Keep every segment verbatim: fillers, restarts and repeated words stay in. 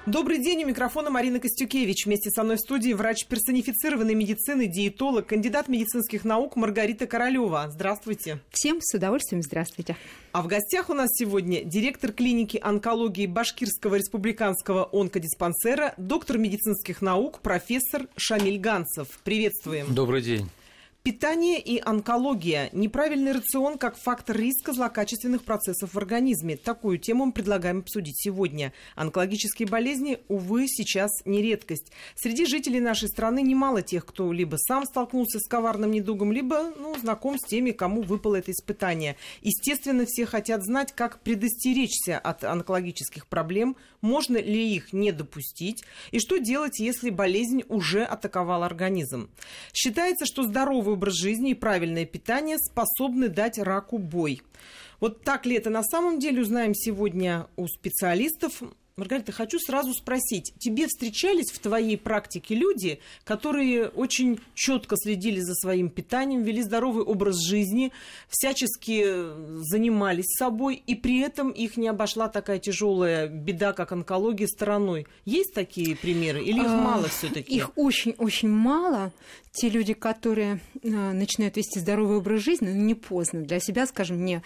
Добрый день, у микрофона Марина Костюкевич. Вместе со мной в студии врач персонифицированной медицины, диетолог, кандидат медицинских наук Маргарита Королева. Здравствуйте. Всем с удовольствием здравствуйте. А в гостях у нас сегодня директор клиники онкологии Башкирского республиканского онкодиспансера, доктор медицинских наук, профессор Шамиль Ганцев. Приветствуем. Добрый день. Питание и онкология. Неправильный рацион как фактор риска злокачественных процессов в организме. Такую тему мы предлагаем обсудить сегодня. Онкологические болезни, увы, сейчас не редкость. Среди жителей нашей страны немало тех, кто либо сам столкнулся с коварным недугом, либо ну, знаком с теми, кому выпало это испытание. Естественно, все хотят знать, как предостеречься от онкологических проблем, можно ли их не допустить, и что делать, если болезнь уже атаковала организм. Считается, что здоровый образ жизни и правильное питание способны дать раку бой. Вот так ли это на самом деле, узнаем сегодня у специалистов. Маргарита, хочу сразу спросить, тебе встречались в твоей практике люди, которые очень четко следили за своим питанием, вели здоровый образ жизни, всячески занимались собой, и при этом их не обошла такая тяжелая беда, как онкология, стороной? Есть такие примеры или их а, мало все-таки? Их очень-очень мало. Те люди, которые а, начинают вести здоровый образ жизни, ну, не поздно для себя, скажем, не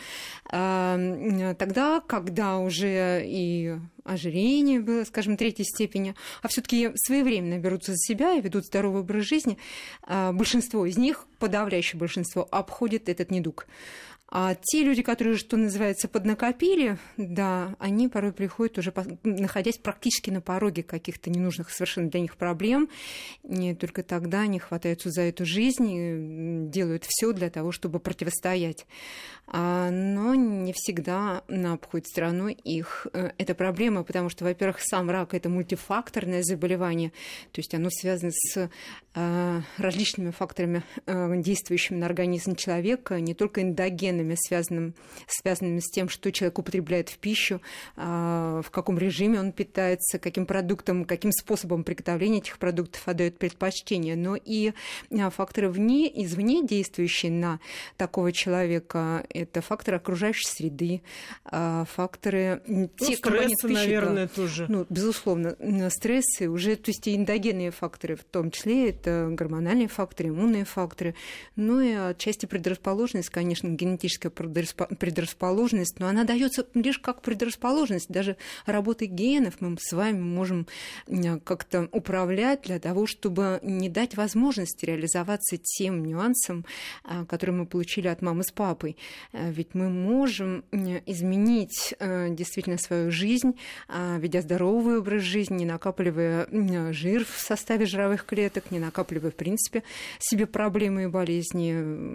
а, тогда, когда уже и ожирение было, скажем, третьей степени, а все-таки своевременно берутся за себя и ведут здоровый образ жизни, большинство из них, подавляющее большинство, обходит этот недуг. А те люди, которые, что называется, поднакопили, да, они порой приходят уже, находясь практически на пороге каких-то ненужных совершенно для них проблем, и только тогда они хватаются за эту жизнь и делают все для того, чтобы противостоять. Но не всегда обходит стороной их эта проблема, потому что, во-первых, сам рак – это мультифакторное заболевание, то есть оно связано с различными факторами, действующими на организм человека, не только эндогенными, связанными, связанными с тем, что человек употребляет в пищу, в каком режиме он питается, каким продуктом, каким способом приготовления этих продуктов отдает предпочтение, но и факторы вне, извне действующие на такого человека – это факторы окружающей среды, факторы... Ну, те, стрессы, пищи, наверное, да, тоже. Ну, безусловно, стрессы уже, то есть и эндогенные факторы, в том числе это гормональные факторы, иммунные факторы, ну и отчасти предрасположенность, конечно, генетическая предрасположенность, но она дается лишь как предрасположенность. Даже работой генов мы с вами можем как-то управлять для того, чтобы не дать возможности реализоваться тем нюансам, которые мы получили от мамы с папой. Ведь мы можем изменить действительно свою жизнь, ведя здоровый образ жизни, не накапливая жир в составе жировых клеток, не накапливая, в принципе, себе проблемы и болезни,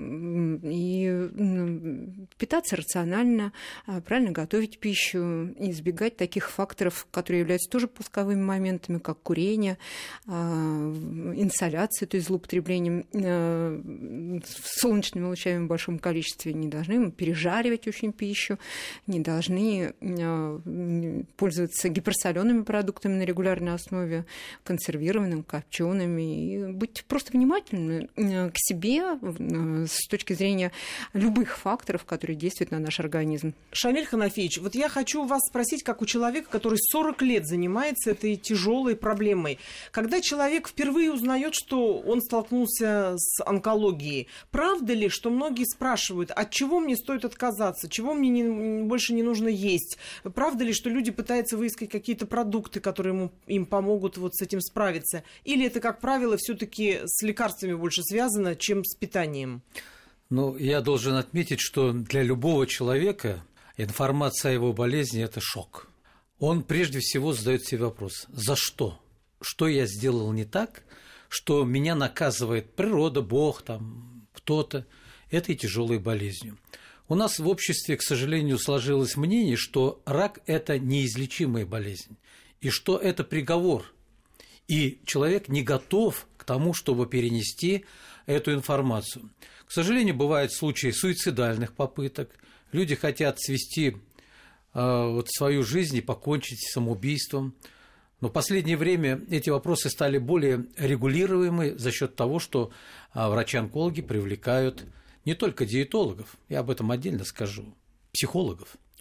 и питаться рационально, правильно готовить пищу, избегать таких факторов, которые являются тоже пусковыми моментами, как курение, инсоляция, то есть злоупотреблением солнечными лучами в большом количестве. Не должны пережаривать очень пищу, не должны пользоваться гиперсолеными продуктами на регулярной основе, консервированными, копчеными, и быть просто внимательными к себе с точки зрения любых факторов, которые действуют на наш организм. Шамиль Ханафеевич, вот я хочу вас спросить, как у человека, который сорок лет занимается этой тяжелой проблемой. Когда человек впервые узнает, что он столкнулся с онкологией, правда ли, что многие спрашивают, от чего мне стоит отказаться, чего мне не, больше не нужно есть? Правда ли, что люди пытаются выискать какие-то продукты, которые ему, им помогут вот с этим справиться? Или это, как правило, все-таки с лекарствами больше связано, чем с питанием? Ну, я должен отметить, что для любого человека информация о его болезни – это шок. Он прежде всего задает себе вопрос: за что? Что я сделал не так, что меня наказывает природа, Бог, там, кто-то этой тяжелой болезнью? У нас в обществе, к сожалению, сложилось мнение, что рак – это неизлечимая болезнь, и что это приговор, и человек не готов к тому, чтобы перенести эту информацию. К сожалению, бывают случаи суицидальных попыток. Люди хотят свести э, вот, свою жизнь и покончить с самоубийством. Но в последнее время эти вопросы стали более регулируемы за счет того, что э, врачи-онкологи привлекают не только диетологов, я об этом отдельно скажу, психологов.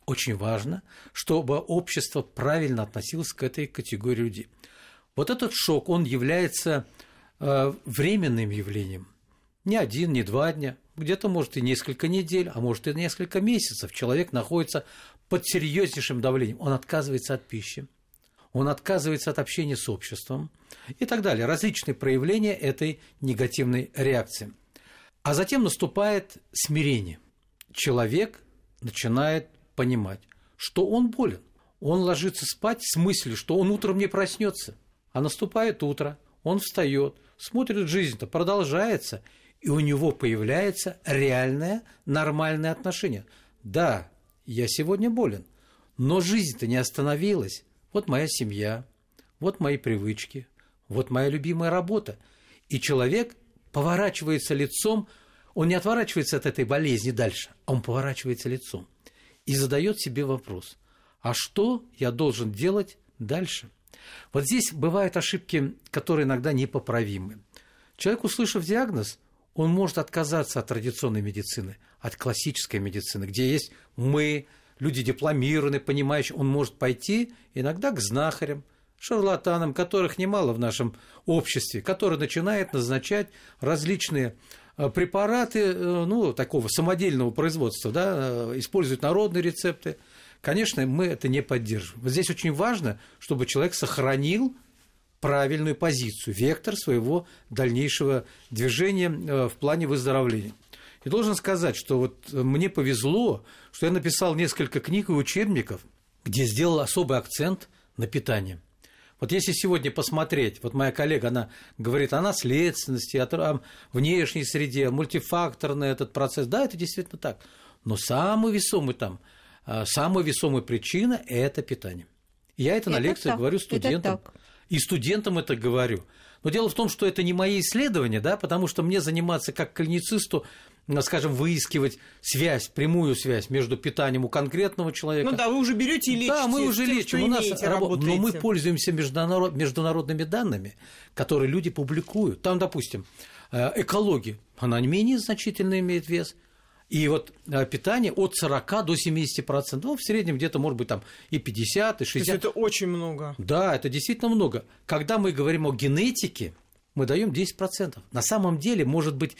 очень важно, чтобы общество правильно относилось к этой категории людей. Вот этот шок, он является э, временным явлением. Не один, не два дня, где-то, может, и несколько недель, а может, и несколько месяцев человек находится под серьезнейшим давлением. Он отказывается от пищи, он отказывается от общения с обществом и так далее. Различные проявления этой негативной реакции. А затем наступает смирение. Человек начинает понимать, что он болен. Он ложится спать с мыслью, что он утром не проснется. А наступает утро, он встает, смотрит, жизнь-то продолжается, и у него появляется реальное нормальное отношение. Да, я сегодня болен, но жизнь-то не остановилась. Вот моя семья, вот мои привычки, вот моя любимая работа. И человек поворачивается лицом, он не отворачивается от этой болезни дальше, а он поворачивается лицом и задает себе вопрос, а что я должен делать дальше? Вот здесь бывают ошибки, которые иногда непоправимы. Человек, услышав диагноз, он может отказаться от традиционной медицины, от классической медицины, где есть мы, люди дипломированные, понимающие, он может пойти иногда к знахарям, шарлатанам, которых немало в нашем обществе, которые начинают назначать различные препараты, ну, такого самодельного производства, да, используют народные рецепты. Конечно, мы это не поддерживаем. Вот здесь очень важно, чтобы человек сохранил правильную позицию, вектор своего дальнейшего движения в плане выздоровления. И должен сказать, что вот мне повезло, что я написал несколько книг и учебников, где сделал особый акцент на питание. Вот если сегодня посмотреть, вот моя коллега, она говорит о наследственности, о внешней среде, мультифакторный этот процесс, да, это действительно так, но самый весомый там, самая весомая причина – это питание. Я это, это на лекциях так, говорю студентам, и студентам это говорю. Но дело в том, что это не мои исследования, да, потому что мне заниматься как клиницисту, скажем, выискивать связь, прямую связь между питанием у конкретного человека. Ну да, вы уже берете и лечите. Да, мы уже тем, лечим. У нас работ... Но мы пользуемся международ... международными данными, которые люди публикуют. Там, допустим, экология, она не менее значительно имеет вес. И вот питание от сорока до семидесяти процентов, ну, в среднем где-то, может быть, там и пятьдесят, и шестьдесят. То есть это очень много. Да, это действительно много. Когда мы говорим о генетике, мы даем десять процентов. На самом деле, может быть,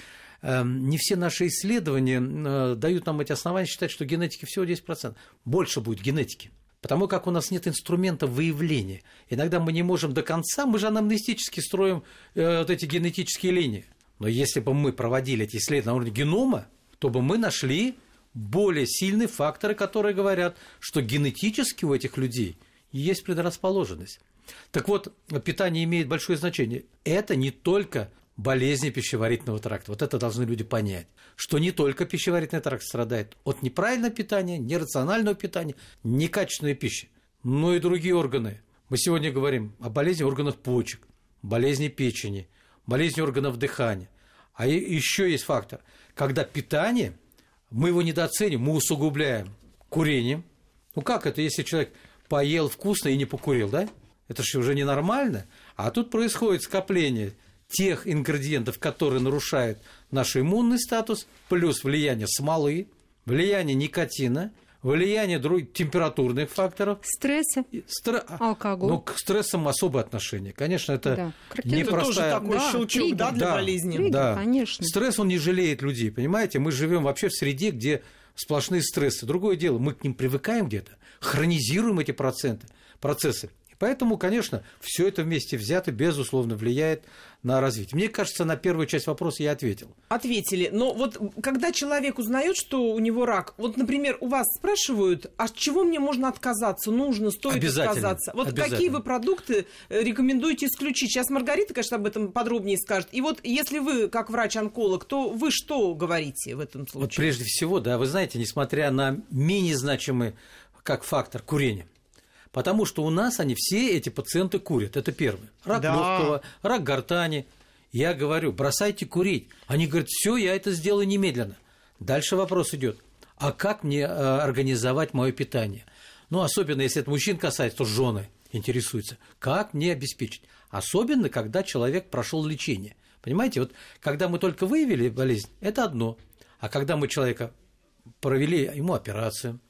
не все наши исследования дают нам эти основания считать, что генетики всего десять процентов. Больше будет генетики. Потому как у нас нет инструмента выявления. Иногда мы не можем до конца, мы же анамнестически строим вот эти генетические линии. Но если бы мы проводили эти исследования на уровне генома, то бы мы нашли более сильные факторы, которые говорят, что генетически у этих людей есть предрасположенность. Так вот, питание имеет большое значение. Это не только болезни пищеварительного тракта. Вот это должны люди понять, что не только пищеварительный тракт страдает от неправильного питания, нерационального питания, некачественной пищи, но и другие органы. Мы сегодня говорим о болезни органов почек, болезни печени, болезни органов дыхания. А еще есть фактор, когда питание, мы его недооценим, мы усугубляем курением. Ну как это, если человек поел вкусно и не покурил, да? Это же уже ненормально. А тут происходит скопление тех ингредиентов, которые нарушают наш иммунный статус, плюс влияние смолы, влияние никотина, влияние других температурных факторов. Стресса, Стр... алкоголь. Ну, к стрессам особое отношение. Конечно, это да. непростая... Это тоже такой да, щелчок, триггер. да, для да, болезни. Триггер, да. конечно. Стресс, он не жалеет людей, понимаете? Мы живем вообще в среде, где сплошные стрессы. Другое дело, мы к ним привыкаем где-то, хронизируем эти проценты, процессы. Поэтому, конечно, все это вместе взято, безусловно, влияет на развитие. Мне кажется, на первую часть вопроса я ответил. Ответили. Но вот когда человек узнает, что у него рак, вот, например, у вас спрашивают, а от чего мне можно отказаться, нужно, стоит отказаться? Вот какие вы продукты рекомендуете исключить? Сейчас Маргарита, конечно, об этом подробнее скажет. И вот если вы, как врач-онколог, то вы что говорите в этом случае? Вот прежде всего, да, вы знаете, несмотря на менее значимый как фактор курения, потому что у нас они все, эти пациенты, курят. Это первое. Рак да. легкого, рак гортани. Я говорю, бросайте курить. Они говорят, все, я это сделаю немедленно. Дальше вопрос идет. А как мне организовать мое питание? Ну, особенно, если это мужчин касается, то жены интересуются. Как мне обеспечить? Особенно, когда человек прошел лечение. Понимаете, вот когда мы только выявили болезнь, это одно. А когда мы человека провели ему операцию,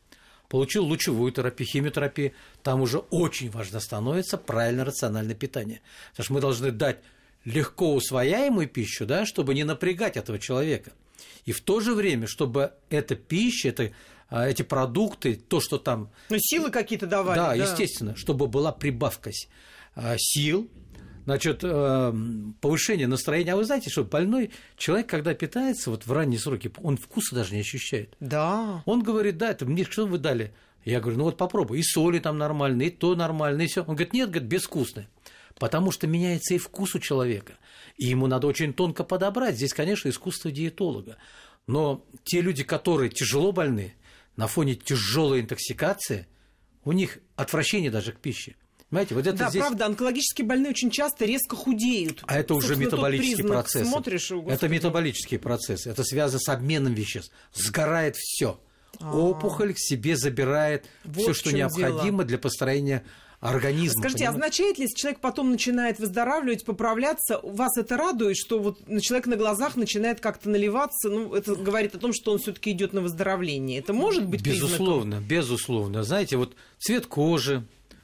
получил лучевую терапию, химиотерапию, там уже очень важно становится правильное рациональное питание. Потому что мы должны дать легко усвояемую пищу, да, чтобы не напрягать этого человека. И в то же время, чтобы эта пища, это, эти продукты, то, что там... Ну, силы какие-то давали. Да, да, естественно, чтобы была прибавка сил, значит, повышение настроения. А вы знаете, что больной человек, когда питается вот в ранние сроки, он вкуса даже не ощущает. Да. Он говорит, да, это мне что вы дали? Я говорю, ну вот попробуй, и соли там нормальные, и то нормальное, и все. Он говорит, нет, говорит, безвкусное. Потому что меняется и вкус у человека, и ему надо очень тонко подобрать. Здесь, конечно, искусство диетолога. Но те люди, которые тяжело больны, на фоне тяжелой интоксикации, у них отвращение даже к пище. Понимаете, вот это да, здесь... правда, онкологические больные очень часто резко худеют. А это уже метаболический процесс. Смотришь, это метаболический процесс. Это связано с обменом веществ. Сгорает все. Опухоль к себе забирает вот все, что необходимо дело. Для построения организма. Скажите, понимаете? Означает ли, если человек потом начинает выздоравливать, поправляться, вас это радует, что вот человек на глазах начинает как-то наливаться? Ну, это говорит о том, что он все-таки идет на выздоровление. Это может быть безусловно, признаком? Безусловно. Знаете, вот цвет кожи,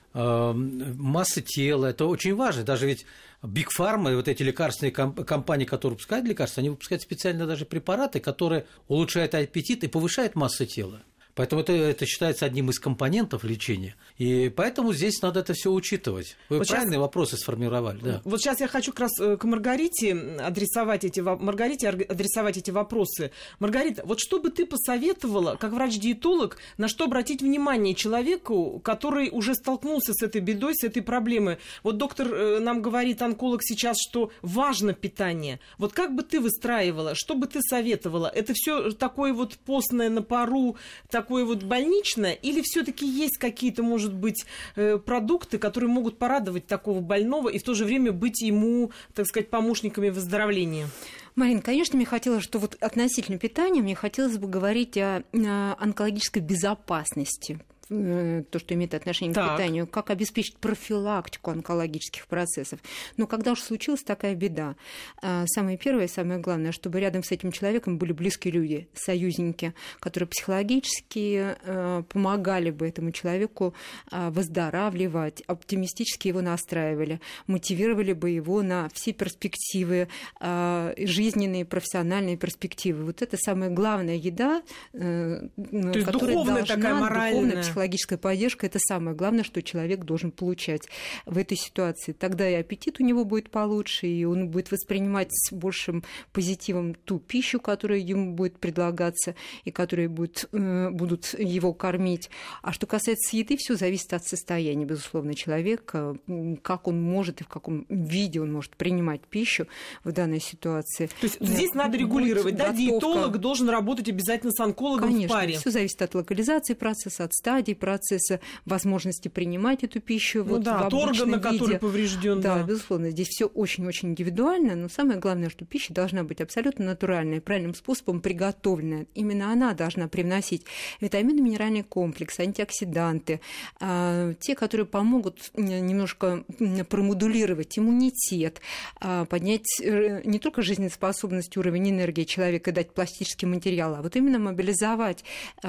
э, масса тела, это очень важно. Даже ведь Big Pharma и вот эти лекарственные компании, которые выпускают лекарства, они выпускают специально даже препараты, которые улучшают аппетит и повышают массу тела. Поэтому это, это считается одним из компонентов лечения. И поэтому здесь надо это все учитывать. Вы вот правильные сейчас... вопросы сформировали. Да. Вот сейчас я хочу как раз к Маргарите адресовать эти, Маргарите адресовать эти вопросы. Маргарита, вот что бы ты посоветовала, как врач-диетолог, на что обратить внимание человеку, который уже столкнулся с этой бедой, с этой проблемой? Вот доктор нам говорит, онколог сейчас, что важно питание. Вот как бы ты выстраивала, что бы ты советовала? Это все такое вот постное на пару, такое вот больничное, или все-таки есть какие-то, может быть, продукты, которые могут порадовать такого больного и в то же время быть ему, так сказать, помощниками выздоровления? Марина, конечно, мне хотелось, что вот относительно питания, мне хотелось бы говорить о, о онкологической безопасности. То, что имеет отношение так. к питанию, как обеспечить профилактику онкологических процессов. Но когда уж случилась такая беда, самое первое и самое главное, чтобы рядом с этим человеком были близкие люди, союзники, которые психологически помогали бы этому человеку выздоравливать, оптимистически его настраивали, мотивировали бы его на все перспективы, жизненные, профессиональные перспективы. Вот это самая главная еда, То есть которая духовная должна, такая моральная. Психологическая поддержка – это самое главное, что человек должен получать в этой ситуации. Тогда и аппетит у него будет получше, и он будет воспринимать с большим позитивом ту пищу, которая ему будет предлагаться, и которая будет, будут его кормить. А что касается еды, все зависит от состояния, безусловно, человека, как он может и в каком виде он может принимать пищу в данной ситуации. То есть здесь надо регулировать, да? Диетолог должен работать обязательно с онкологом Конечно, в паре. Все зависит от локализации процесса, от стадии процесса, возможности принимать эту пищу ну вот да, в от органа, виде. который поврежден. Да, да, безусловно, здесь все очень-очень индивидуально, но самое главное, что пища должна быть абсолютно натуральной, правильным способом приготовленная. Именно она должна привносить витамины, минеральный комплекс, антиоксиданты, э, те, которые помогут немножко промодулировать иммунитет, э, поднять не только жизнеспособность, уровень энергии человека, дать пластический материал, а вот именно мобилизовать э,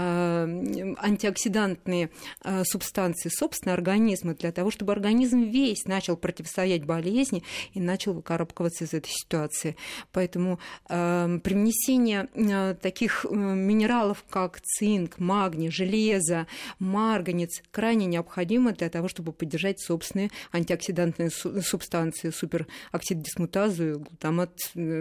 антиоксидантные субстанции собственного организма для того, чтобы организм весь начал противостоять болезни и начал выкарабкиваться из этой ситуации. Поэтому э, привнесение э, таких э, минералов, как цинк, магний, железо, марганец, крайне необходимо для того, чтобы поддержать собственные антиоксидантные субстанции, супероксидодисмутазу, глутамат,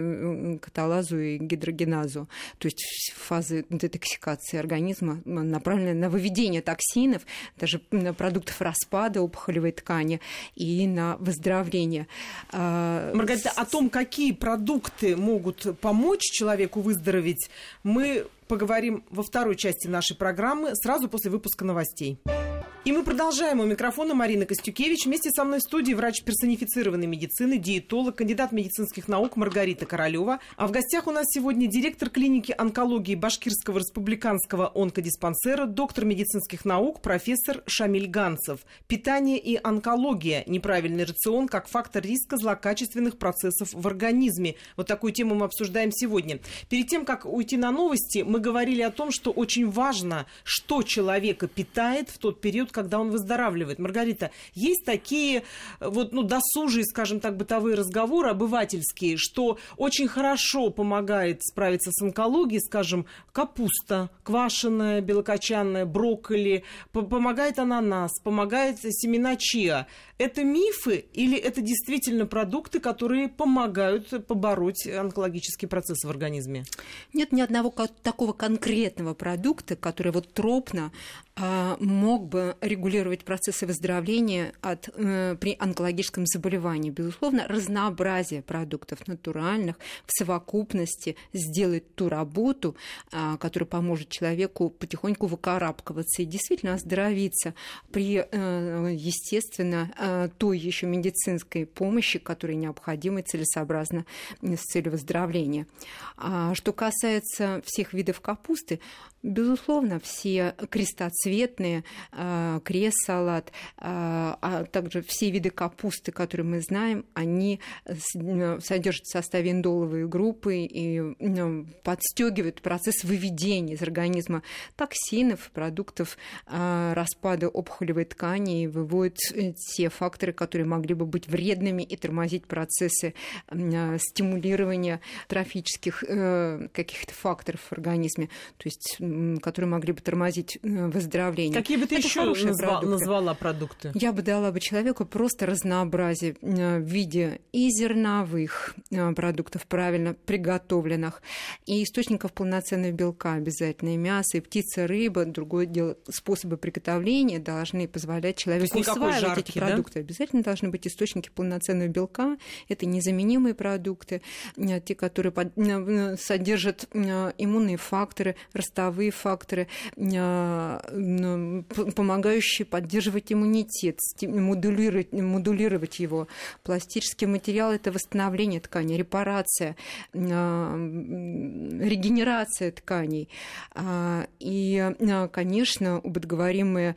э, каталазу и гидрогеназу. То есть фазы детоксикации организма, направленные на выведение токсинов, даже на продуктов распада опухолевой ткани и на выздоровление. Маргарита, о том, какие продукты могут помочь человеку выздороветь, мы поговорим во второй части нашей программы сразу после выпуска новостей. И мы продолжаем. У микрофона Марина Костюкевич. Вместе со мной в студии врач персонифицированной медицины, диетолог, кандидат медицинских наук Маргарита Королева. А в гостях у нас сегодня директор клиники онкологии Башкирского республиканского онкодиспансера, доктор медицинских наук, профессор Шамиль Ганцев. Питание и онкология. Неправильный рацион как фактор риска злокачественных процессов в организме. Вот такую тему мы обсуждаем сегодня. Перед тем, как уйти на новости, мы говорили о том, что очень важно, что человека питает в тот период, когда он выздоравливает. Маргарита, есть такие вот, ну, досужие, скажем так, бытовые разговоры обывательские, что очень хорошо помогает справиться с онкологией, скажем, капуста квашеная, белокочанная, брокколи, помогает ананас, помогает семена чиа. Это мифы или это действительно продукты, которые помогают побороть онкологические процессы в организме? Нет ни одного такого конкретного продукта, который вот тропно а, мог бы регулировать процессы выздоровления от, э, при онкологическом заболевании. Безусловно, разнообразие продуктов натуральных в совокупности сделает ту работу, а, которая поможет человеку потихоньку выкарабкиваться и действительно оздоровиться при, э, естественно, э, той еще медицинской помощи, которая необходима и целесообразна с целью выздоровления. А что касается всех видов капусты, безусловно, все крестоцветные, крест-салат, а также все виды капусты, которые мы знаем, они содержат в составе индоловые группы и подстегивают процесс выведения из организма токсинов, продуктов распада опухолевой ткани и выводят те факторы, которые могли бы быть вредными и тормозить процессы стимулирования трофических каких-то факторов в организме, то есть которые могли бы тормозить выздоровление. Какие бы ты Это еще назва- назвала продукты? Я бы дала бы человеку просто разнообразие в виде и зерновых продуктов, правильно приготовленных, и источников полноценного белка обязательно, и мясо, и птица, рыба. Другое дело, способы приготовления должны позволять человеку усваивать жаркий, эти продукты. Да? Обязательно должны быть источники полноценного белка. Это незаменимые продукты, те, которые содержат иммунные факторы, ростовые факторы, помогающие поддерживать иммунитет, модулировать, модулировать его. Пластический материал – это восстановление ткани, репарация, регенерация тканей. И, конечно, удобоваримые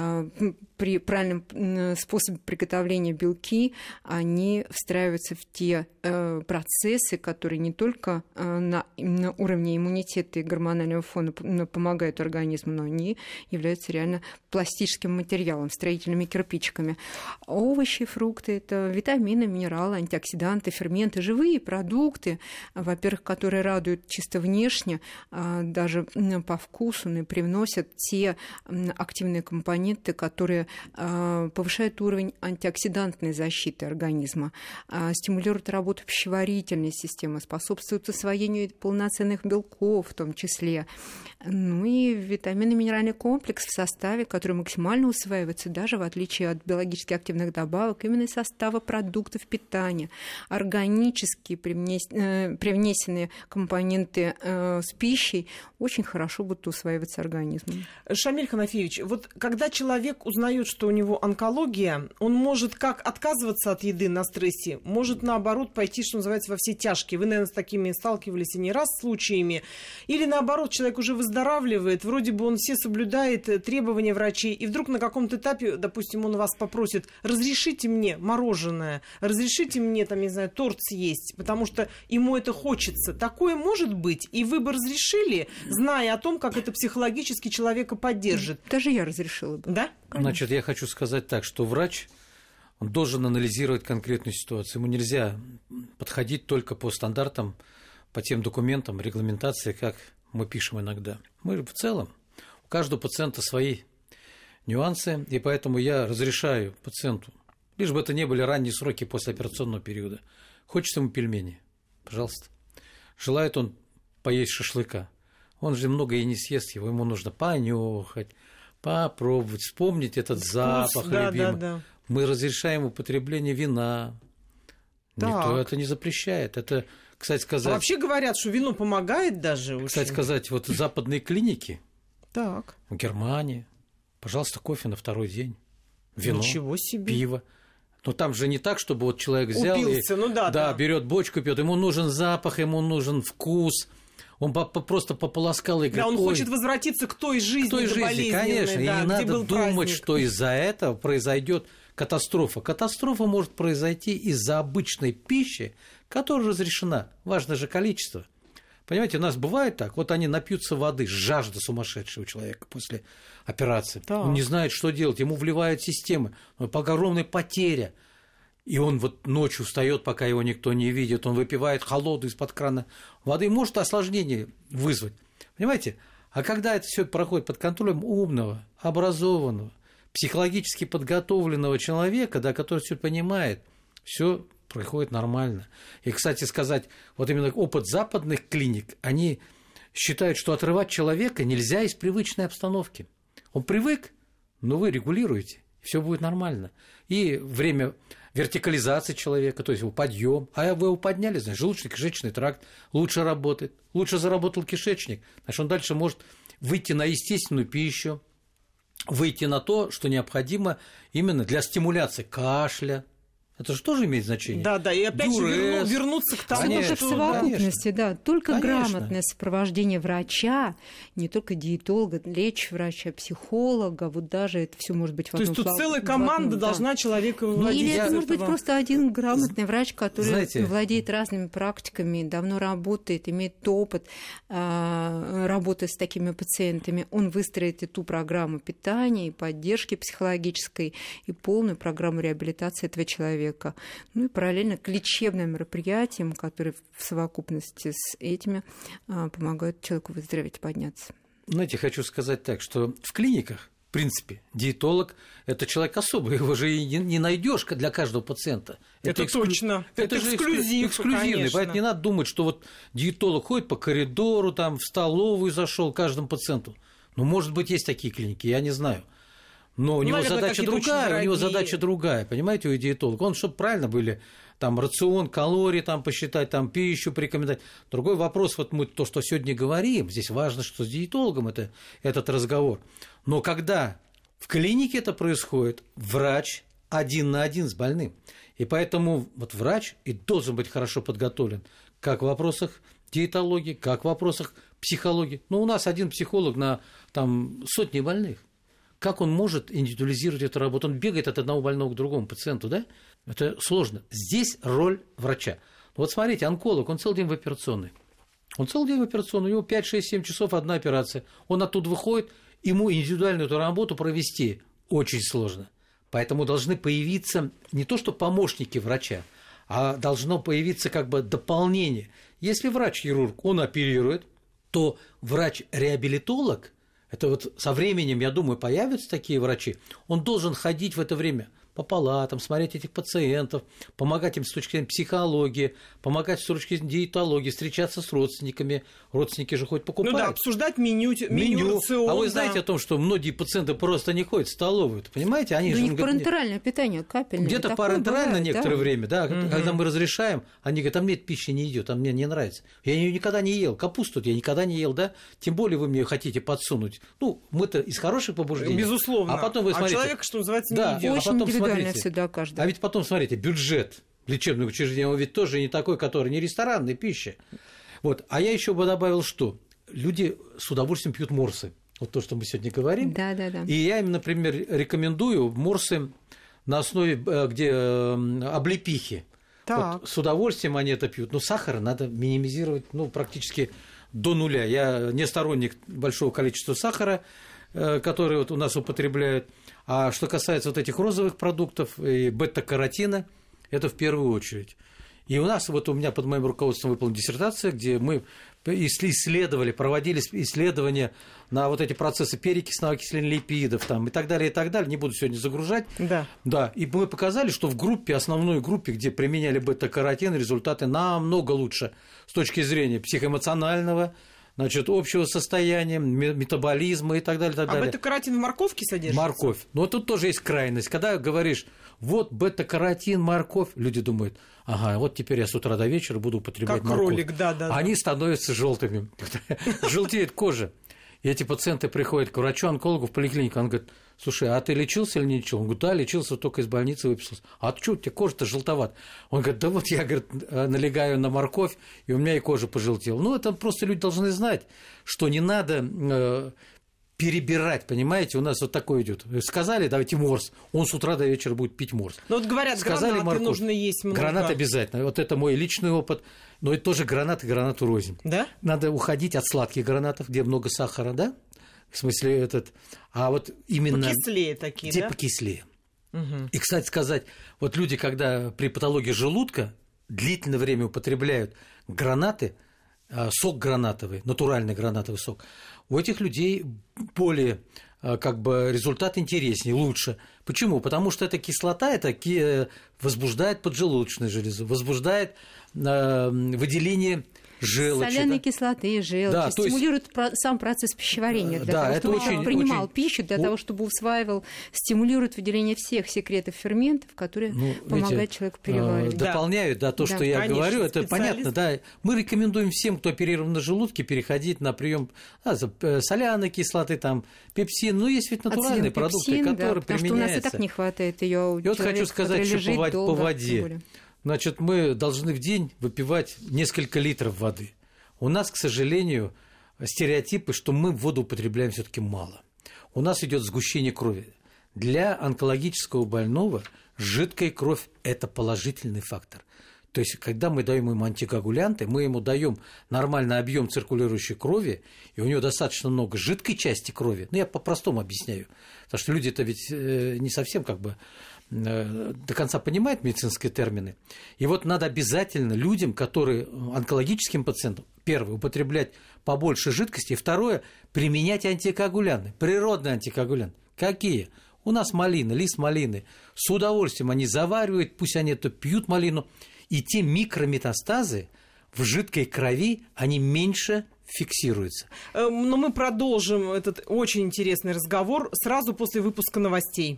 при правильном способе приготовления белки, они встраиваются в те процессы, которые не только на, на уровне иммунитета и гормонального фона помогают организму, но они являются реально пластическим материалом, строительными кирпичиками. Овощи, фрукты – это витамины, минералы, антиоксиданты, ферменты, живые продукты, во-первых, которые радуют чисто внешне, даже по вкусу, и привносят те активные компоненты, которые повышают уровень антиоксидантной защиты организма, стимулируют работу пищеварительной системы, способствуют усвоению полноценных белков в том числе. Ну и витаминный минеральный комплекс в составе, который максимально усваивается даже в отличие от биологически активных добавок именно из состава продуктов питания. Органические привнесенные компоненты с пищей очень хорошо будут усваиваться организмом. Шамиль Ханафиевич, вот когда человек узнает, что у него онкология, он может как отказываться от еды на стрессе, может наоборот пойти, что называется, во все тяжкие. Вы, наверное, с такими сталкивались и не раз случаями. Или наоборот, человек уже выздоравливает, вроде бы он все соблюдает требования врачей, и вдруг на каком-то этапе, допустим, он вас попросит: разрешите мне мороженое, разрешите мне, там, не знаю, торт съесть, потому что ему это хочется. Такое может быть? И вы бы разрешили, зная о том, как это психологически человека поддержит? Даже я разрешила бы. Да? Значит, я хочу сказать так, что врач он должен анализировать конкретную ситуацию. Ему нельзя подходить только по стандартам, по тем документам, регламентации, как мы пишем иногда. Мы в целом, у каждого пациента свои нюансы, и поэтому я разрешаю пациенту, лишь бы это не были ранние сроки послеоперационного периода. Хочется ему пельмени, пожалуйста. Желает он поесть шашлыка, он же много и не съест его, ему нужно понюхать, попробовать, вспомнить этот Вкус, запах да, любимый. Да, да. Мы разрешаем употребление вина. Так. Никто это не запрещает. Это, кстати сказать... А вообще говорят, что вино помогает даже. Кстати очень. сказать, вот западные клиники так. в Германии, пожалуйста, кофе на второй день, вино, Ничего себе. пиво. Но там же не так, чтобы вот человек взял Упился, и ну да, да, да. берет бочку, пьет. Ему нужен запах, ему нужен вкус. Он просто пополоскал и говорит: да, он хочет возвратиться к той жизни, к той жизни, конечно. Да, и не надо думать, праздник. что из-за этого произойдет катастрофа. Катастрофа может произойти из-за обычной пищи, которая разрешена. Важно же количество. Понимаете, у нас бывает так, вот они напьются воды, жажда сумасшедшего человека после операции. Так. Он не знает, что делать, ему вливают системы, огромная потеря. И он вот ночью встает, пока его никто не видит, он выпивает холодную из-под крана воды, может осложнение вызвать. Понимаете? А когда это все проходит под контролем умного, образованного, психологически подготовленного человека, да, который все понимает, все проходит нормально. И, кстати сказать, вот именно опыт западных клиник, они считают, что отрывать человека нельзя из привычной обстановки. Он привык, но вы регулируете, все будет нормально. И время вертикализации человека, то есть его подъем, а вы его подняли, значит, желудочно-кишечный тракт лучше работает, лучше заработал кишечник, значит, он дальше может выйти на естественную пищу, выйти на то, что необходимо именно для стимуляции кашля. Это же тоже имеет значение. Да, да, и опять Дюрез. же верну, вернуться к тому, конечно, что... в совокупности, да. Только конечно. Грамотное сопровождение врача, не только диетолога, лечврача, психолога, вот даже это все может быть в одном. То есть тут целая команда да. должна человека выводить. выводить. Или это этого. может быть просто один грамотный врач, который Знаете, владеет разными практиками, давно работает, имеет опыт э, работы с такими пациентами. Он выстроит и ту программу питания, и поддержки психологической, и полную программу реабилитации этого человека. Ну и параллельно к лечебным мероприятиям, которые в совокупности с этими помогают человеку выздороветь и подняться. Знаете, хочу сказать так, что в клиниках, в принципе, диетолог – это человек особый, его же и не найдешь для каждого пациента. Это, это эксклю... точно, это, это эксклюзив, эксклюзивный, конечно. Поэтому не надо думать, что вот диетолог ходит по коридору, там, в столовую зашел каждому пациенту. Ну, может быть, есть такие клиники, я не знаю. Но у ну, него наверное, задача другая, у него задача другая, понимаете, у диетолога. Он, чтобы правильно были, там, рацион, калории там, посчитать, там, пищу порекомендовать. Другой вопрос, вот мы то, что сегодня говорим, здесь важно, что с диетологом это, этот разговор. Но когда в клинике это происходит, врач один на один с больным. И поэтому вот врач и должен быть хорошо подготовлен как в вопросах диетологии, как в вопросах психологии. Ну, у нас один психолог на там, сотни больных. Как он может индивидуализировать эту работу? Он бегает от одного больного к другому пациенту, да? Это сложно. Здесь роль врача. Вот смотрите, онколог, он целый день в операционной. Он целый день в операционной, у него пять, шесть, семь часов одна операция. Он оттуда выходит, ему индивидуальную эту работу провести очень сложно. Поэтому должны появиться не то что помощники врача, а должно появиться как бы дополнение. Если врач-хирург, он оперирует, то врач-реабилитолог, это вот со временем, я думаю, появятся такие врачи, он должен ходить в это время по палатам, смотреть этих пациентов, помогать им с точки зрения психологии, помогать с точки зрения диетологии, встречаться с родственниками. Родственники же хоть покупают. Ну да, обсуждать меню, меню, меню. рацион. А вы да. знаете о том, что многие пациенты просто не ходят в столовую, понимаете? Они у же, них парентеральное питание, капельное. Где-то парентерально бывает, некоторое да? время, да, угу. когда мы разрешаем, они говорят, а мне эта пища не идет, а мне не нравится. Я ее никогда не ел, капусту я никогда не ел, да, тем более вы мне хотите подсунуть. Ну, мы-то из хороших побуждений. Безусловно. А потом вы смотрите. А человек, что называется, не да, идет. Очень а потом индивидуально смотрите, всегда каждый. А ведь потом, смотрите, бюджет лечебных учреждений, он ведь тоже не такой, который не ресторанная пища. Вот. А я еще бы добавил, что люди с удовольствием пьют морсы. Вот то, что мы сегодня говорим. Да, да, да. И я им, например, рекомендую морсы на основе, где облепихи. Так. Вот с удовольствием они это пьют. Но сахара надо минимизировать, ну, практически до нуля. Я не сторонник большого количества сахара, который вот у нас употребляют. А что касается вот этих розовых продуктов и бета-каротина, это в первую очередь. И у нас, вот у меня под моим руководством выполнена диссертация, где мы исследовали, проводили исследования на вот эти процессы перекисного окисления липидов там, и так далее, и так далее. Не буду сегодня загружать. Да. Да. И мы показали, что в группе, основной группе, где применяли бета-каротин, результаты намного лучше с точки зрения психоэмоционального, значит, общего состояния, метаболизма и так далее. Так а далее. бета-каротин в морковке содержится? Морковь. Но тут тоже есть крайность. Когда говоришь, вот бета-каротин, морковь, люди думают, ага, вот теперь я с утра до вечера буду употреблять как морковь. Кролик, да, да. Они становятся желтыми. Желтеет кожа. И эти пациенты приходят к врачу-онкологу в поликлинику, он говорит, слушай, а ты лечился или не лечился? Он говорит, да, лечился, только из больницы выписался. А что у тебя кожа-то желтоват? Он говорит, да вот я, говорит, налегаю на морковь, и у меня и кожа пожелтела. Ну, это просто люди должны знать, что не надо перебирать, понимаете, у нас вот такое идет. Сказали, давайте морс, он с утра до вечера будет пить морс. Ну вот говорят, сказали, гранаты морковь. Нужно есть много. Гранат обязательно, вот это мой личный опыт, но это тоже гранат и гранату рознь. Да? Надо уходить от сладких гранатов, где много сахара, да, в смысле этот, а вот именно... Покислее такие, где да? покислее. Угу. И, кстати сказать, вот люди, когда при патологии желудка длительное время употребляют гранаты, сок гранатовый, натуральный гранатовый сок, у этих людей более, как бы, результат интереснее, лучше. Почему? Потому что эта кислота это возбуждает поджелудочную железу, возбуждает выделение желчи. Соляной кислоты, желчи, да, стимулирует есть... сам процесс пищеварения. Для да, того, это чтобы очень, он принимал очень... пищу, для того, чтобы усваивал, стимулирует выделение всех секретов, ферментов, которые ну, помогают видите, человеку переваривать. Дополняют, да, то, да. что я Конечно, говорю, это понятно, да. Мы рекомендуем всем, кто оперирован на желудке, переходить на прием а, соляной кислоты, там, пепсин. Ну, есть ведь натуральные Ацилин, продукты, пепсин, которые да, применяются. Потому что у нас и так не хватает ее. И вот хочу сказать, что по, долго, по воде. Значит, мы должны в день выпивать несколько литров воды. У нас, к сожалению, стереотипы, что мы воду употребляем все-таки мало. У нас идет сгущение крови. Для онкологического больного жидкая кровь – это положительный фактор. То есть, когда мы даем ему антикоагулянты, мы ему даем нормальный объем циркулирующей крови, и у него достаточно много жидкой части крови. Ну, я по-простому объясняю, потому что люди-то ведь не совсем как бы до конца понимают медицинские термины. И вот надо обязательно людям, которые онкологическим пациентам, первое, употреблять побольше жидкости, и второе, применять антикоагулянты, природные антикоагулянты. Какие? У нас малина, лист малины. С удовольствием они заваривают, пусть они это пьют малину, и те микрометастазы в жидкой крови, они меньше фиксируются. Но мы продолжим этот очень интересный разговор сразу после выпуска новостей.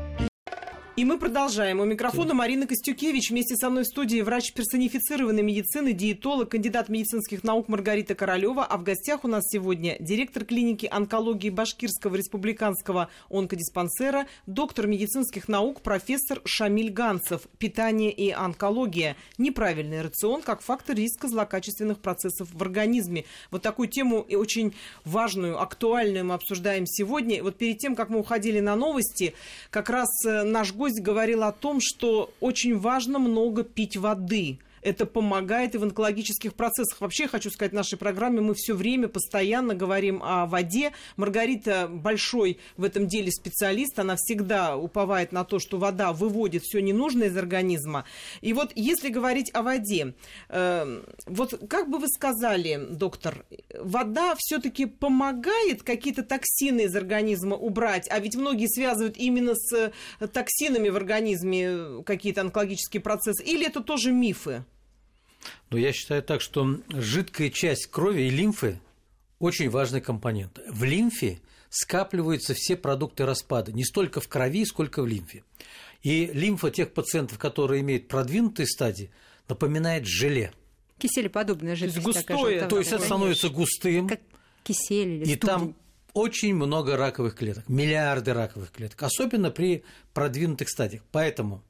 И мы продолжаем. У микрофона Марина Костюкевич. Вместе со мной в студии врач персонифицированной медицины, диетолог, кандидат медицинских наук Маргарита Королева. А в гостях у нас сегодня директор клиники онкологии Башкирского республиканского онкодиспансера, доктор медицинских наук, профессор Шамиль Ганцев. Питание и онкология. Неправильный рацион как фактор риска злокачественных процессов в организме. Вот такую тему и очень важную, актуальную мы обсуждаем сегодня. Вот перед тем, как мы уходили на новости, как раз наш гость говорил о том, что очень важно много пить воды. Это помогает и в онкологических процессах. Вообще, хочу сказать, в нашей программе мы все время постоянно говорим о воде. Маргарита большой в этом деле специалист. Она всегда уповает на то, что вода выводит все ненужное из организма. И вот если говорить о воде, э, вот как бы вы сказали, доктор, вода все-таки помогает какие-то токсины из организма убрать? А ведь многие связывают именно с токсинами в организме какие-то онкологические процессы. Или это тоже мифы? Но я считаю так, что жидкая часть крови и лимфы очень важный компонент. В лимфе скапливаются все продукты распада, не столько в крови, сколько в лимфе. И лимфа тех пациентов, которые имеют продвинутые стадии, напоминает желе. Киселеподобная жидкость. То есть густое. Такая, то есть это становится густым. Как кисель или И студень. там очень много раковых клеток, миллиарды раковых клеток, особенно при продвинутых стадиях. Поэтому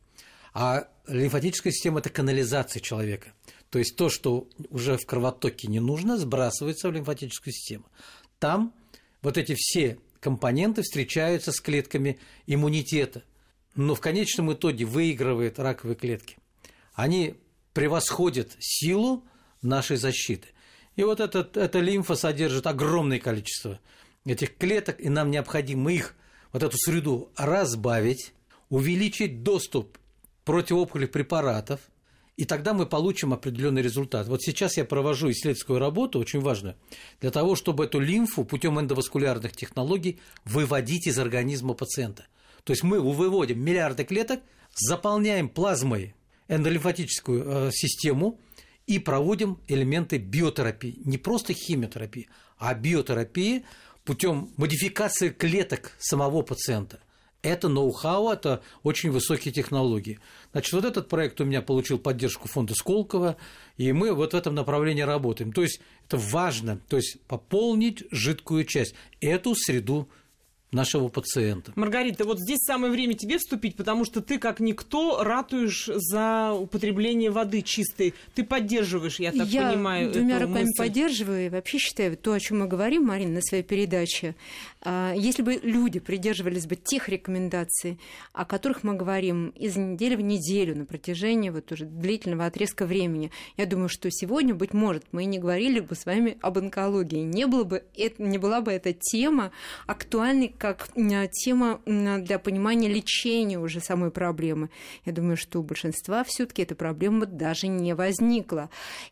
а лимфатическая система – это канализация человека. То есть то, что уже в кровотоке не нужно, сбрасывается в лимфатическую систему. Там вот эти все компоненты встречаются с клетками иммунитета, но в конечном итоге выигрывают раковые клетки. Они превосходят силу нашей защиты. И вот этот, эта лимфа содержит огромное количество этих клеток, и нам необходимо их, вот эту среду, разбавить, увеличить доступ противоопухолевых препаратов, и тогда мы получим определенный результат. Вот сейчас я провожу исследовательскую работу, очень важную, для того, чтобы эту лимфу путем эндоваскулярных технологий выводить из организма пациента. То есть мы выводим миллиарды клеток, заполняем плазмой эндолимфатическую систему и проводим элементы биотерапии. Не просто химиотерапии, а биотерапии путем модификации клеток самого пациента. Это ноу-хау, это очень высокие технологии. Значит, вот этот проект у меня получил поддержку фонда Сколково, и мы вот в этом направлении работаем. То есть это важно, то есть пополнить жидкую часть, эту среду нашего пациента. Маргарита, вот здесь самое время тебе вступить, потому что ты, как никто, ратуешь за употребление воды чистой. Ты поддерживаешь, я так я понимаю, эту двумя руками мысль. Поддерживаю и вообще считаю, то, о чем мы говорим, Марина, на своей передаче, если бы люди придерживались бы тех рекомендаций, о которых мы говорим из недели в неделю на протяжении вот уже длительного отрезка времени, я думаю, что сегодня, быть может, мы и не говорили бы с вами об онкологии. Не, было бы, это, не была бы эта тема актуальной, как тема для понимания лечения уже самой проблемы. Я думаю, что у большинства все-таки эта проблема даже не возникла.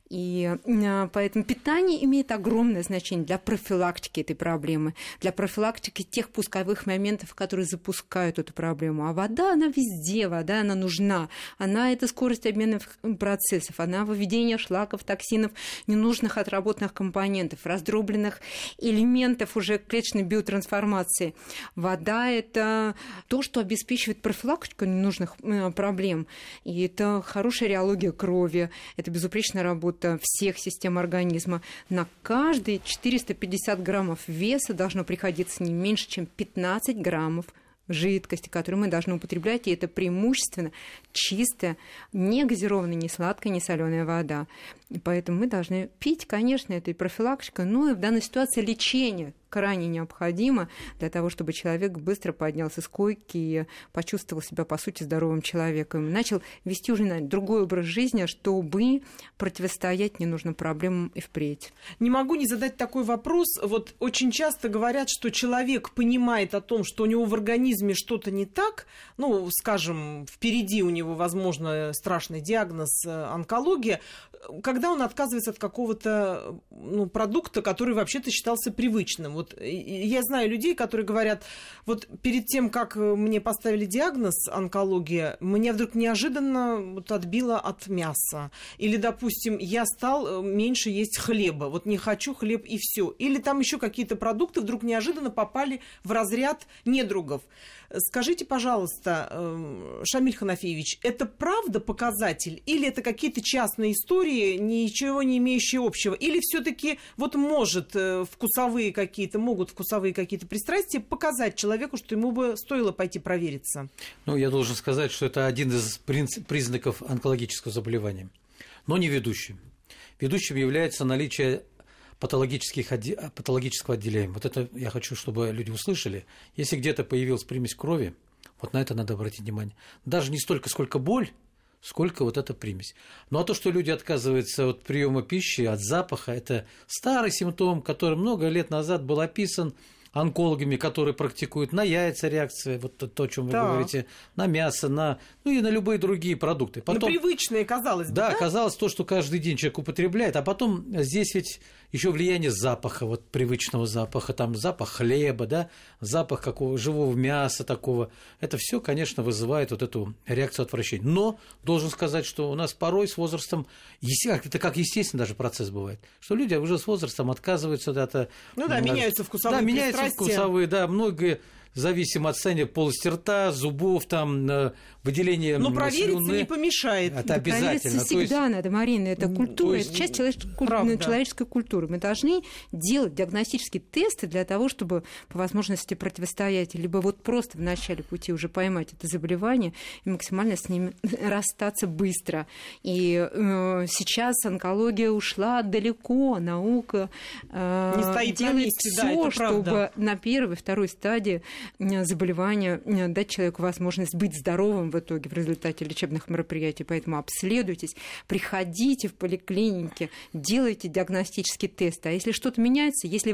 И поэтому питание имеет огромное значение для профилактики этой проблемы, для профилактики тех пусковых моментов, которые запускают эту проблему. А вода, она везде, вода, она нужна. Она — это скорость обмена процессов, она выведение шлаков, токсинов, ненужных отработанных компонентов, раздробленных элементов уже клеточной биотрансформации. Вода — это то, что обеспечивает профилактику ненужных проблем. И это хорошая реология крови, это безупречная работа всех систем организма. На каждые четыреста пятьдесят граммов веса должно приходиться не меньше, чем пятнадцать граммов жидкости, которую мы должны употреблять, и это преимущественно чистая, не газированная, не сладкая, не соленая вода. И поэтому мы должны пить, конечно, это и профилактика, но и в данной ситуации лечение крайне необходимо для того, чтобы человек быстро поднялся с койки и почувствовал себя, по сути, здоровым человеком. Начал вести уже наверное, другой образ жизни, чтобы противостоять ненужным проблемам и впредь. Не могу не задать такой вопрос. Вот очень часто говорят, что человек понимает о том, что у него в организме что-то не так, ну, скажем, впереди у него, возможно, страшный диагноз онкология, когда он отказывается от какого-то ну, продукта, который вообще-то считался привычным. Вот я знаю людей, которые говорят, вот перед тем, как мне поставили диагноз онкология, меня вдруг неожиданно вот отбило от мяса. Или, допустим, я стал меньше есть хлеба, вот не хочу хлеб и все. Или там еще какие-то продукты вдруг неожиданно попали в разряд недругов. Скажите, пожалуйста, Шамиль Ханафеевич, это правда показатель или это какие-то частные истории, ничего не имеющие общего? Или все-таки вот может вкусовые какие-то, могут вкусовые какие-то пристрастия показать человеку, что ему бы стоило пойти провериться? Ну, я должен сказать, что это один из признаков онкологического заболевания, но не ведущий. Ведущим является наличие патологических, патологического отделения. Вот это я хочу, чтобы люди услышали. Если где-то появилась примесь крови, вот на это надо обратить внимание. Даже не столько, сколько боль, сколько вот эта примесь. Ну а то, что люди отказываются от приема пищи, от запаха, это старый симптом, который много лет назад был описан онкологами, которые практикуют на яйца реакции, вот то, то о чем вы да. говорите, на мясо, на, ну и на любые другие продукты. Потом, ну, привычные, казалось бы, да? Да, да? казалось то, что каждый день человек употребляет, а потом здесь ведь еще влияние запаха, вот привычного запаха, там запах хлеба, да, запах какого живого мяса такого. Это все, конечно, вызывает вот эту реакцию отвращения. Но должен сказать, что у нас порой с возрастом, это как естественно даже процесс бывает, что люди уже с возрастом отказываются от... Ну да, меняются вкусовые да, меняются вкусовые, да, многие зависимо от состояния полости рта, зубов, там, выделения слюны. Но провериться не помешает. Это обязательно. Провериться всегда есть... надо, Марина, это культура, есть... это часть человеческой, человеческой культуры. Мы должны делать диагностические тесты для того, чтобы по возможности противостоять, либо вот просто в начале пути уже поймать это заболевание и максимально с ним расстаться быстро. И э, сейчас онкология ушла далеко, наука э, не стоит делает на месте, всё, да, чтобы на первой, второй стадии заболевания дать человеку возможность быть здоровым в итоге в результате лечебных мероприятий. Поэтому обследуйтесь, приходите в поликлинике, делайте диагностический тест. А если что-то меняется, если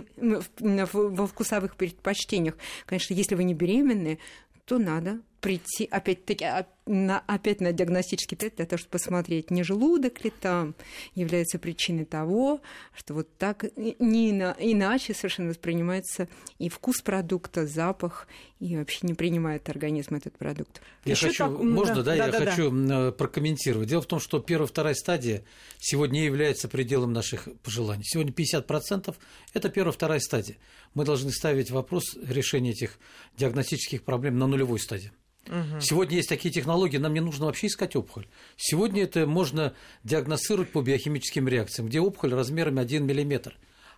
во вкусовых предпочтениях, конечно, если вы не беременны, то надо прийти опять-таки на, опять на диагностический тест для того, чтобы посмотреть, не желудок ли там является причиной того, что вот так не ина- иначе совершенно воспринимается и вкус продукта, запах, и вообще не принимает организм этот продукт. Я Ещё хочу, так, можно, да, да, я да, хочу да. прокомментировать. Дело в том, что первая, вторая стадия сегодня не является пределом наших пожеланий. Сегодня пятьдесят процентов это первая, вторая стадия. Мы должны ставить вопрос решения этих диагностических проблем на нулевой стадии. Угу. Сегодня есть такие технологии, нам не нужно вообще искать опухоль. Сегодня это можно диагностировать по биохимическим реакциям, где опухоль размерами один миллиметр.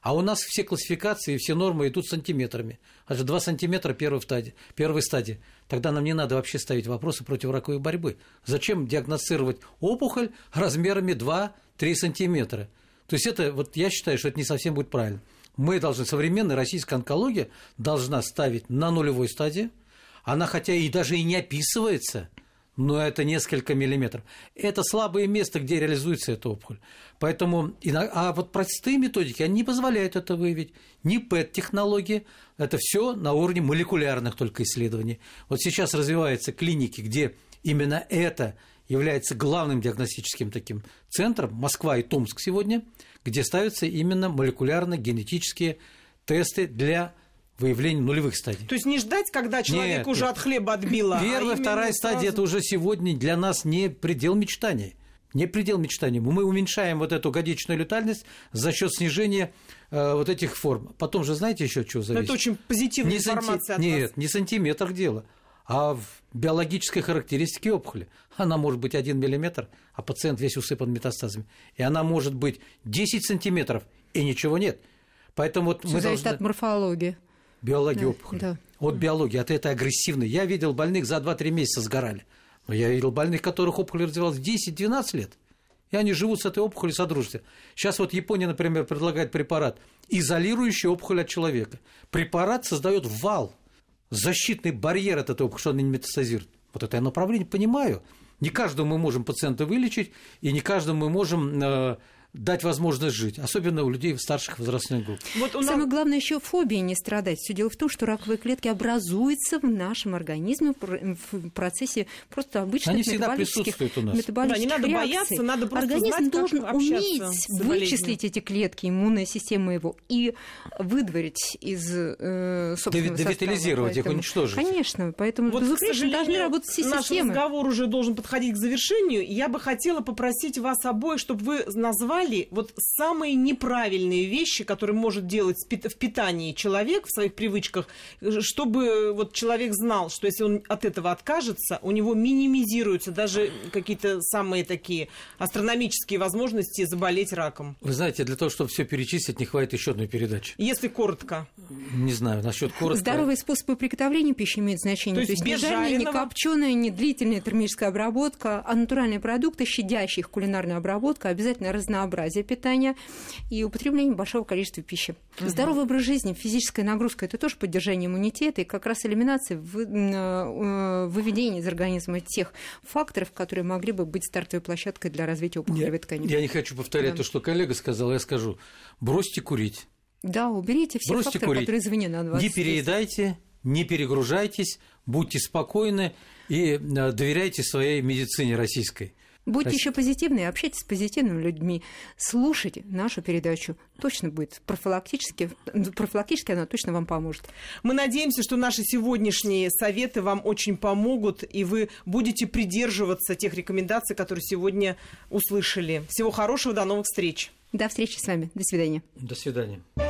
А у нас все классификации, все нормы идут сантиметрами. Это два сантиметра первой стадии, первой стадии. Тогда нам не надо вообще ставить вопросы противораковой борьбы. Зачем диагностировать опухоль размерами два-три сантиметра? То есть это, вот я считаю, что это не совсем будет правильно. Мы должны, современная российская онкология должна ставить на нулевой стадии. Она хотя и даже и не описывается, но это несколько миллиметров. Это слабое место, где реализуется эта опухоль. Поэтому, а вот простые методики, они не позволяют это выявить. Ни пэт-технологии, это все на уровне молекулярных только исследований. Вот сейчас развиваются клиники, где именно это является главным диагностическим таким центром, Москва и Томск сегодня, где ставятся именно молекулярно-генетические тесты для выявления нулевых стадий. То есть не ждать, когда человек нет, уже нет. от хлеба отбило. Первая, а вторая сразу... стадия – это уже сегодня для нас не предел мечтаний. Не предел мечтаний. Мы уменьшаем вот эту годичную летальность за счет снижения э, вот этих форм. Потом же знаете еще от чего зависит? Это очень позитивная не информация санти... от вас. Нет, не в сантиметрах дело, а в биологической характеристике опухоли. Она может быть один миллиметр, а пациент весь усыпан метастазами. И она может быть десять сантиметров, и ничего нет. Поэтому вот Все мы зависит должны... от морфологии. Биология да, опухоли. Да. От биологии, от этой агрессивной. Я видел больных за два-три месяца сгорали. Но я видел больных, которых опухоль развивалась десять-двенадцать лет. И они живут с этой опухолью, содружестве. Сейчас вот Япония, например, предлагает препарат, изолирующий опухоль от человека. Препарат создает вал, защитный барьер от этой опухоли, что она не метастазирует. Вот это я направление понимаю. Не каждому мы можем пациента вылечить, и не каждому мы можем э, дать возможность жить, особенно у людей в старших возрастных групп. Вот у нас... Самое главное еще фобией не страдать. Все дело в том, что раковые клетки образуются в нашем организме в процессе просто обычных Они метаболических, у нас. метаболических да, не надо реакций. бояться, надо просто Организм знать, должен как уметь вычислить эти клетки, иммунная система его, и выдворить из э, собственного состава. Девитализировать их, уничтожить. Конечно, поэтому вот, безупречно должны работать все наш системы. Наш разговор уже должен подходить к завершению. Я бы хотела попросить вас обоих, чтобы вы назвали вот самые неправильные вещи, которые может делать в питании человек в своих привычках, чтобы вот человек знал, что если он от этого откажется, у него минимизируются даже какие-то самые такие астрономические возможности заболеть раком. Вы знаете, для того, чтобы все перечислить, не хватит еще одной передачи. Если коротко. Не знаю, насчет коротко. Здоровые способы приготовления пищи имеют значение. То есть, То есть не жареная, не копченая, не длительная термическая обработка, а натуральные продукты, щадящие их кулинарная обработка, обязательно разнообразие питания и употребление большого количества пищи. Угу. Здоровый образ жизни, физическая нагрузка – это тоже поддержание иммунитета и как раз элиминация, выведение из организма тех факторов, которые могли бы быть стартовой площадкой для развития опухолевой ткани. Я не хочу повторять да. то, что коллега сказал, я скажу. Бросьте курить. Да, уберите все Бросьте факторы, курить. которые извне на вас. Не переедайте, не перегружайтесь, будьте спокойны и доверяйте своей медицине российской. Будьте еще позитивны, общайтесь с позитивными людьми, слушайте нашу передачу. Точно будет профилактически, профилактически она точно вам поможет. Мы надеемся, что наши сегодняшние советы вам очень помогут, и вы будете придерживаться тех рекомендаций, которые сегодня услышали. Всего хорошего, до новых встреч. До встречи с вами. До свидания. До свидания.